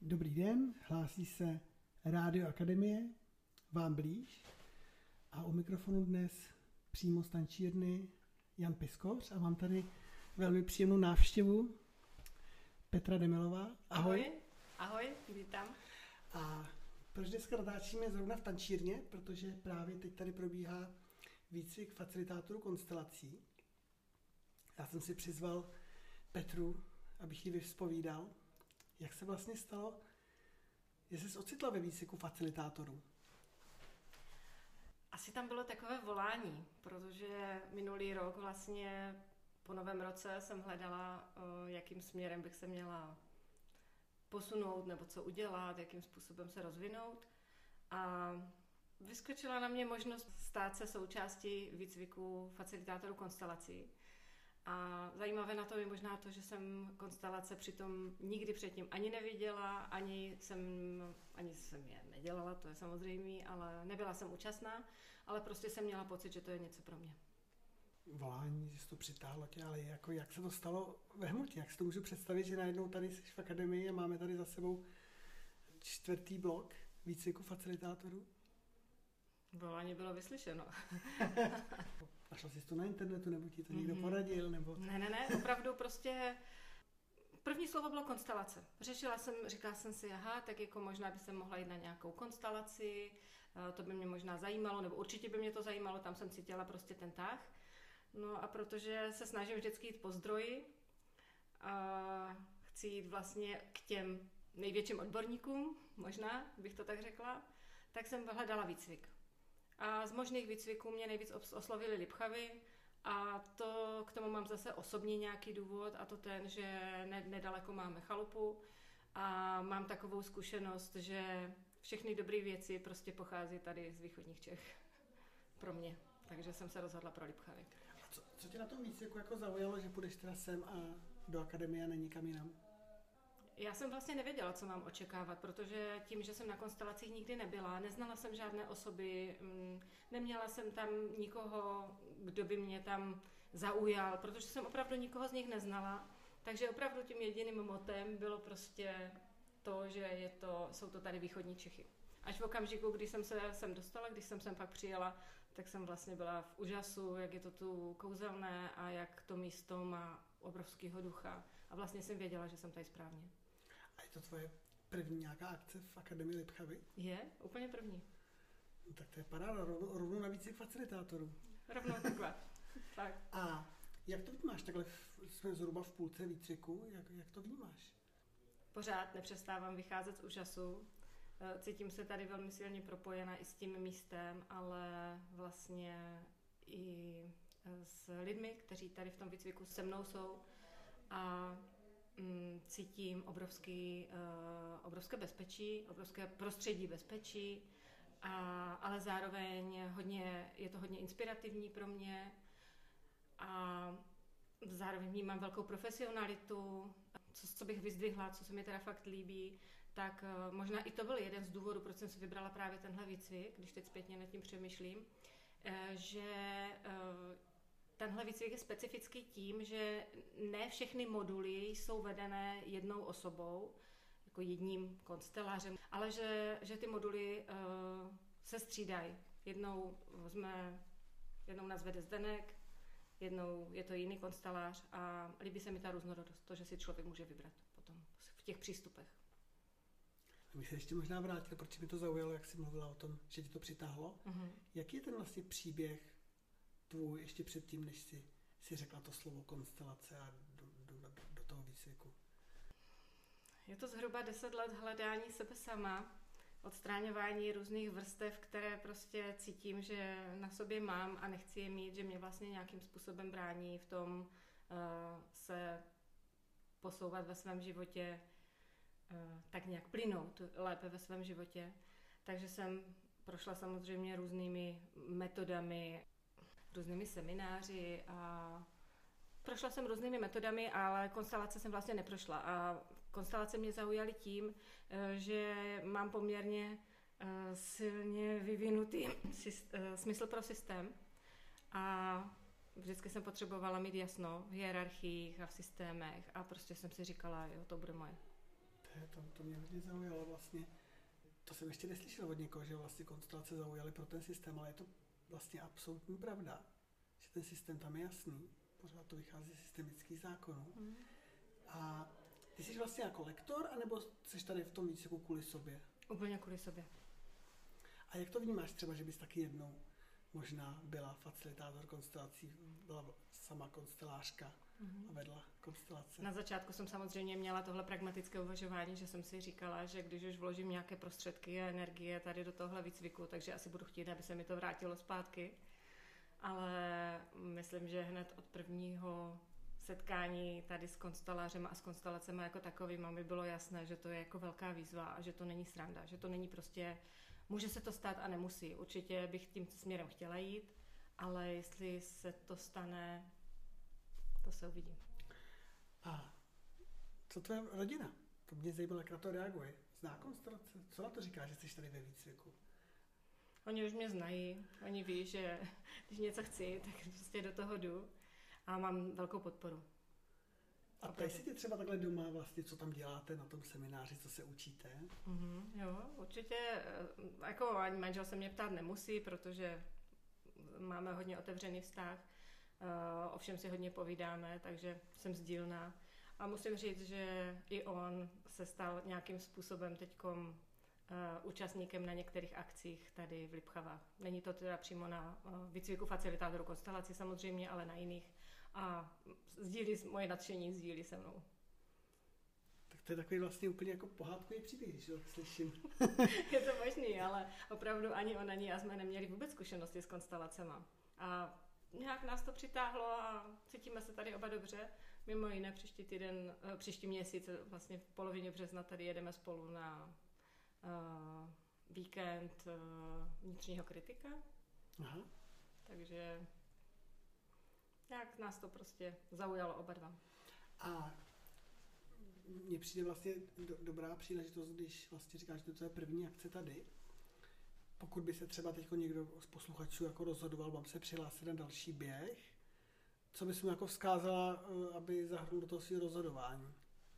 Dobrý den, hlásí se Rádio Akademie, vám blíž a u mikrofonu dnes přímo z tančírny Jan Piskoř a mám tady velmi příjemnou návštěvu Petra Demelová. Ahoj. Ahoj, vítám. A proč dneska natáčíme zrovna v tančírně? Protože právě teď tady probíhá výcvik facilitátorů konstelací. Já jsem si přizval Petru, abych ji vyzpovídal. Jak se vlastně stalo, že jsi ocitla ve výcviku facilitátorů? Asi tam bylo takové volání, protože minulý rok vlastně po novém roce jsem hledala, jakým směrem bych se měla posunout nebo co udělat, jakým způsobem se rozvinout. A vyskočila na mě možnost stát se součástí výcviku facilitátorů konstelací. A zajímavé na to je možná to, že jsem konstelace přitom nikdy předtím ani neviděla, ani jsem je nedělala, to je samozřejmé, ale nebyla jsem účastná, ale prostě jsem měla pocit, že to je něco pro mě. Volání, že jsi to přitáhlo tě, ale jako jak se to stalo ve hmotě? Jak si to můžu představit, že najednou tady jsi v akademii a máme tady za sebou 4. blok výcviku facilitátorů? Volání bylo vyslyšeno. Našla jsi to na internetu, nebo ti to někdo poradil? Nebo... Ne, opravdu prostě první slovo bylo konstelace. Říkala jsem si, tak jako možná by se mohla jít na nějakou konstelaci, to by mě možná zajímalo, nebo určitě by mě to zajímalo, tam jsem cítila prostě ten tah. No a protože se snažím vždycky jít po zdroji, a chci jít vlastně k těm největším odborníkům, možná bych to tak řekla, tak jsem hledala výcvik. A z možných výcviků mě nejvíc oslovily Lipchavy a to k tomu mám zase osobní nějaký důvod a to ten, že nedaleko máme chalupu a mám takovou zkušenost, že všechny dobré věci prostě pochází tady z východních Čech pro mě. Takže jsem se rozhodla pro Lipchavy. A co tě na tom výcviku jako zaujalo, že půjdeš teda sem a do akademie a není kam jinam? Já jsem vlastně nevěděla, co mám očekávat, protože tím, že jsem na konstelacích nikdy nebyla, neznala jsem žádné osoby, neměla jsem tam nikoho, kdo by mě tam zaujal, protože jsem opravdu nikoho z nich neznala. Takže opravdu tím jediným motem bylo prostě to, že jsou to tady východní Čechy. Až v okamžiku, kdy jsem se sem dostala, když jsem sem pak přijela, tak jsem vlastně byla v úžasu, jak je to tu kouzelné a jak to místo má obrovského ducha. A vlastně jsem věděla, že jsem tady správně. A je to tvoje první nějaká akce v Akademii Lipchavy? Je, úplně první. No, tak to je paráda, rovnou na výcvik facilitátorů. Rovnou takhle. Tak. A jak to vnímáš? Takhle jsme zhruba v půlce výcviku. Jak to vnímáš? Pořád nepřestávám vycházet z úžasu. Cítím se tady velmi silně propojena i s tím místem, ale vlastně i s lidmi, kteří tady v tom výcviku se mnou jsou. A cítím obrovské bezpečí, obrovské prostředí bezpečí, ale zároveň je to hodně inspirativní pro mě a zároveň vnímám velkou profesionalitu, co bych vyzdvihla, co se mi teda fakt líbí, tak možná i to byl jeden z důvodů, proč jsem si vybrala právě tenhle výcvik, když teď zpětně nad tím přemýšlím, že tenhle výcvik je specifický tím, že ne všechny moduly jsou vedené jednou osobou, jako jedním konstelářem, ale že ty moduly se střídají. Jednou nás vede Zdenek, jednou je to jiný konstelář a líbí se mi ta různorodost, to, že si člověk může vybrat potom v těch přístupech. A my se ještě možná vrátili, proč mi to zaujalo, jak jsi mluvila o tom, že ti to přitáhlo. Jaký je ten vlastně příběh tvůj ještě předtím, než si řekla to slovo konstelace a do toho výcviku? Je to zhruba 10 let hledání sebe sama, odstráňování různých vrstev, které prostě cítím, že na sobě mám a nechci je mít, že mě vlastně nějakým způsobem brání v tom se posouvat ve svém životě, tak nějak plynout lépe ve svém životě. Takže jsem prošla samozřejmě různými metodami, různými semináři a prošla jsem různými metodami, ale konstelace jsem vlastně neprošla. A konstelace mě zaujaly tím, že mám poměrně silně vyvinutý smysl pro systém a vždycky jsem potřebovala mít jasno v hierarchiích a v systémech a prostě jsem si říkala, jo, to bude moje. to mě hodně zaujalo vlastně. To jsem ještě neslyšel od někoho, že vlastně konstelace zaujaly pro ten systém, ale je to vlastně absolutní pravda, že ten systém tam je jasný, pořád to vychází z systemických zákonů. A ty jsi vlastně jako lektor, anebo jsi tady v tom víc jako kvůli sobě? Úplně kvůli sobě. A jak to vnímáš třeba, že bys taky jednou možná byla facilitátor konstelací, byla sama konstelářka a vedla konstelace? Na začátku jsem samozřejmě měla tohle pragmatické uvažování, že jsem si říkala, že když už vložím nějaké prostředky a energie tady do tohle výcviku, takže asi budu chtít, aby se mi to vrátilo zpátky. Ale myslím, že hned od prvního setkání tady s konstelářem a s konstelacemi jako takovým mi bylo jasné, že to je jako velká výzva a že to není sranda, že to není prostě, může se to stát a nemusí. Určitě bych tím směrem chtěla jít, ale jestli se to stane, to se uvidí. A co tvoje rodina? To mě zajímalo, jak na to reaguje. Zná konstelace? Co na to říká, že jsi tady ve výcviku? Oni už mě znají, oni ví, že když něco chci, tak prostě do toho jdu a mám velkou podporu. A ptají si tě třeba takhle doma vlastně, co tam děláte na tom semináři, co se učíte? Jo, určitě, jako ani manžel se mě ptát nemusí, protože máme hodně otevřený vztah, ovšem si hodně povídáme, takže jsem sdílná. A musím říct, že i on se stal nějakým způsobem teďkom účastníkem na některých akcích tady v Lipchavách. Není to teda přímo na výcviku facilitátorů konstelací samozřejmě, ale na jiných. A moje nadšení sdílí se mnou. Tak to je takový vlastně úplně jako pohádkový příběh, když to tak slyším. Je to možný, ale opravdu ani on, ani já jsme neměli vůbec zkušenosti s konstelacema. A nějak nás to přitáhlo a cítíme se tady oba dobře. Mimo jiné příští měsíc, vlastně v polovině března tady jedeme spolu na víkend vnitřního kritika. Aha. Takže nějak nás to prostě zaujalo oba dva. A mně přijde vlastně dobrá příležitost, když vlastně říkáš, že to je první akce tady. Pokud by se třeba teď někdo z posluchačů jako rozhodoval, mám se přihlásit na další běh, co bys mu jako vzkázala, aby zahrnul do toho svého rozhodování?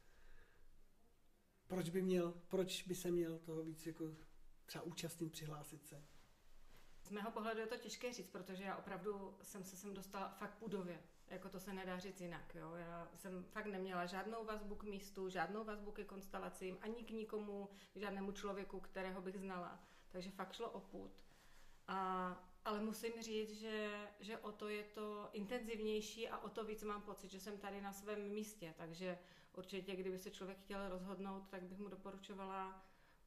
Proč by se měl toho víc jako třeba účastnit, přihlásit se? Z mého pohledu je to těžké říct, protože já opravdu jsem se sem dostala fakt pudově. Jako to se nedá říct jinak. Jo? Já jsem fakt neměla žádnou vazbu k místu, žádnou vazbu ke konstelacím, ani k nikomu, k žádnému člověku, kterého bych znala. Takže fakt šlo o pud. Ale musím říct, že o to je to intenzivnější a o to víc mám pocit, že jsem tady na svém místě. Takže určitě, kdyby se člověk chtěl rozhodnout, tak bych mu doporučovala,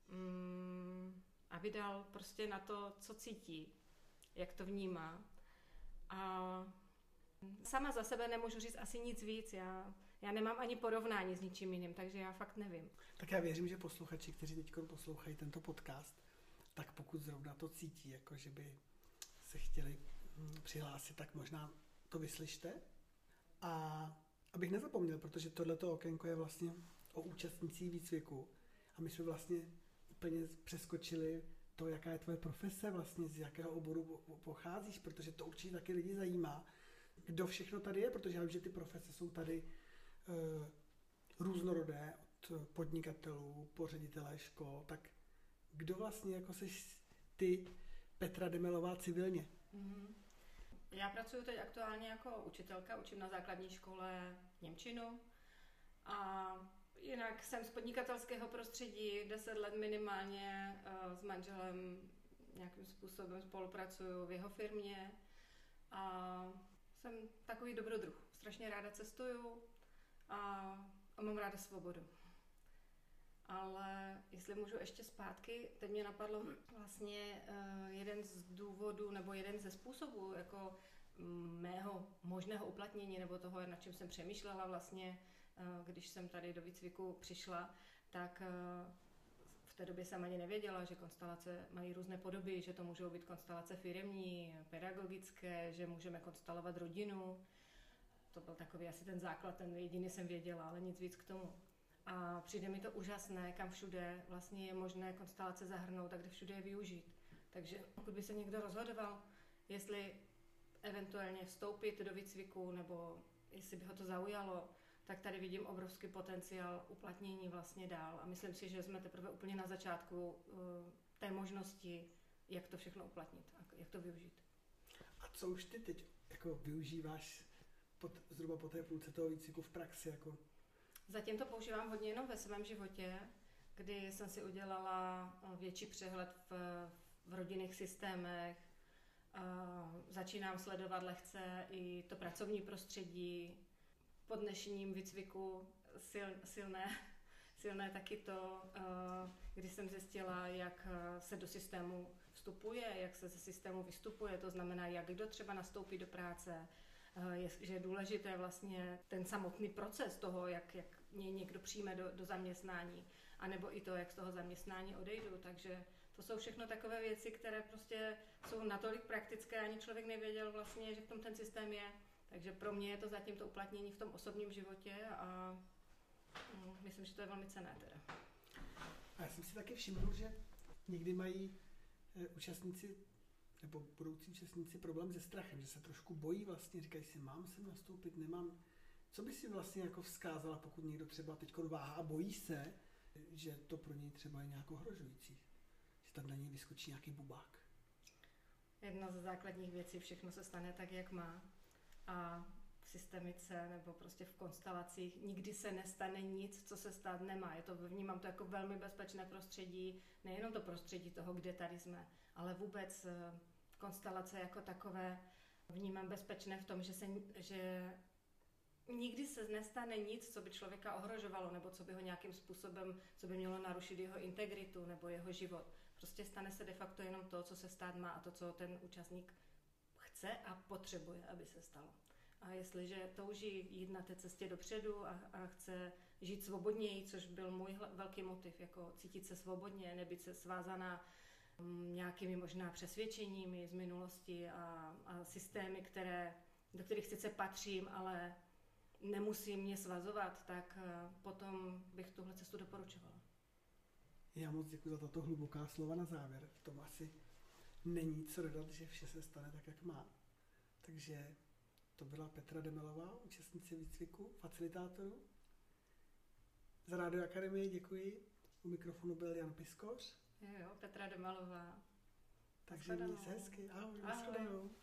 aby dal prostě na to, co cítí, jak to vnímá. A sama za sebe nemůžu říct asi nic víc. Já nemám ani porovnání s ničím jiným, takže já fakt nevím. Tak já věřím, že posluchači, kteří teď poslouchají tento podcast, tak pokud zrovna to cítí, jako že by se chtěli přihlásit, tak možná to vyslyšte. A abych nezapomněl, protože tohleto okénko je vlastně o účastnících výcviku. A my jsme vlastně úplně přeskočili to, jaká je tvoje profese, vlastně z jakého oboru pocházíš, protože to určitě taky lidi zajímá, kdo všechno tady je, protože já vím, že ty profese jsou tady různorodé, od podnikatelů po ředitelé škol, tak kdo vlastně jako seš ty, Petra Demelová, civilně? Já pracuji teď aktuálně jako učitelka, učím na základní škole němčinu a jinak jsem z podnikatelského prostředí, 10 let minimálně s manželem nějakým způsobem spolupracuju v jeho firmě a jsem takový dobrodruh. Strašně ráda cestuju a mám ráda svobodu. Ale jestli můžu ještě zpátky, teď mě napadlo vlastně jeden z důvodů nebo jeden ze způsobů jako mého možného uplatnění nebo toho, nad čím jsem přemýšlela vlastně, když jsem tady do výcviku přišla, tak v té době jsem ani nevěděla, že konstelace mají různé podoby, že to můžou být konstelace firemní, pedagogické, že můžeme konstelovat rodinu. To byl takový asi ten základ, ten jediný jsem věděla, ale nic víc k tomu. A přijde mi to úžasné, kam všude vlastně je možné konstelace zahrnout a kde všude je využít. Takže pokud by se někdo rozhodoval, jestli eventuálně vstoupit do výcviku nebo jestli by ho to zaujalo, tak tady vidím obrovský potenciál uplatnění vlastně dál. A myslím si, že jsme teprve úplně na začátku té možnosti, jak to všechno uplatnit a jak to využít. A co už ty teď jako využíváš zhruba po té půlce toho výcviku v praxi? Jako? Zatím to používám hodně jenom ve svém životě, kdy jsem si udělala větší přehled v rodinných systémech. Začínám sledovat lehce i to pracovní prostředí. Po dnešním výcviku silné taky to, kdy jsem zjistila, jak se do systému vstupuje, jak se ze systému vystupuje, to znamená, jak kdo třeba nastoupí do práce, že je důležité vlastně ten samotný proces toho, jak mě někdo přijme do zaměstnání, anebo i to, jak z toho zaměstnání odejdu. Takže to jsou všechno takové věci, které prostě jsou natolik praktické, ani člověk nevěděl vlastně, že v tom ten systém je. Takže pro mě je to zatím to uplatnění v tom osobním životě a myslím, že to je velmi cenné teda. A já jsem si taky všiml, že někdy mají účastníci nebo budoucí účastníci problém se strachem, že se trošku bojí vlastně, říkají si, mám sem nastoupit, nemám. Co by si vlastně jako vzkázala, pokud někdo třeba teď váhá a bojí se, že to pro něj třeba je nějak ohrožující, že tam na něj vyskočí nějaký bubák? Jedna ze základních věcí, všechno se stane tak, jak má. A v systemice nebo prostě v konstelacích nikdy se nestane nic, co se stát nemá. Vnímám to jako velmi bezpečné prostředí, nejenom to prostředí toho, kde tady jsme, ale vůbec konstelace jako takové vnímám bezpečné v tom, že nikdy se nestane nic, co by člověka ohrožovalo, nebo co by ho nějakým způsobem, co by mělo narušit jeho integritu nebo jeho život. Prostě stane se de facto jenom to, co se stát má a to, co ten účastník chce a potřebuje, aby se stalo. A jestliže touží jít na té cestě dopředu a chce žít svobodněji, což byl můj velký motiv, jako cítit se svobodně, nebýt se svázaná nějakými možná přesvědčeními z minulosti a systémy, do kterých sice patřím, ale nemusí mě svazovat, tak potom bych tuhle cestu doporučovala. Já moc děkuji za tato hluboká slova na závěr. V tom asi není co dodat, že vše se stane tak, jak má. Takže to byla Petra Demelová, účastnice výcviku, facilitátorů. Za Rádio Akademii děkuji. U mikrofonu byl Jan Piskoř. Jo, Petra Demelová. Takže měj se hezky. Ahoj.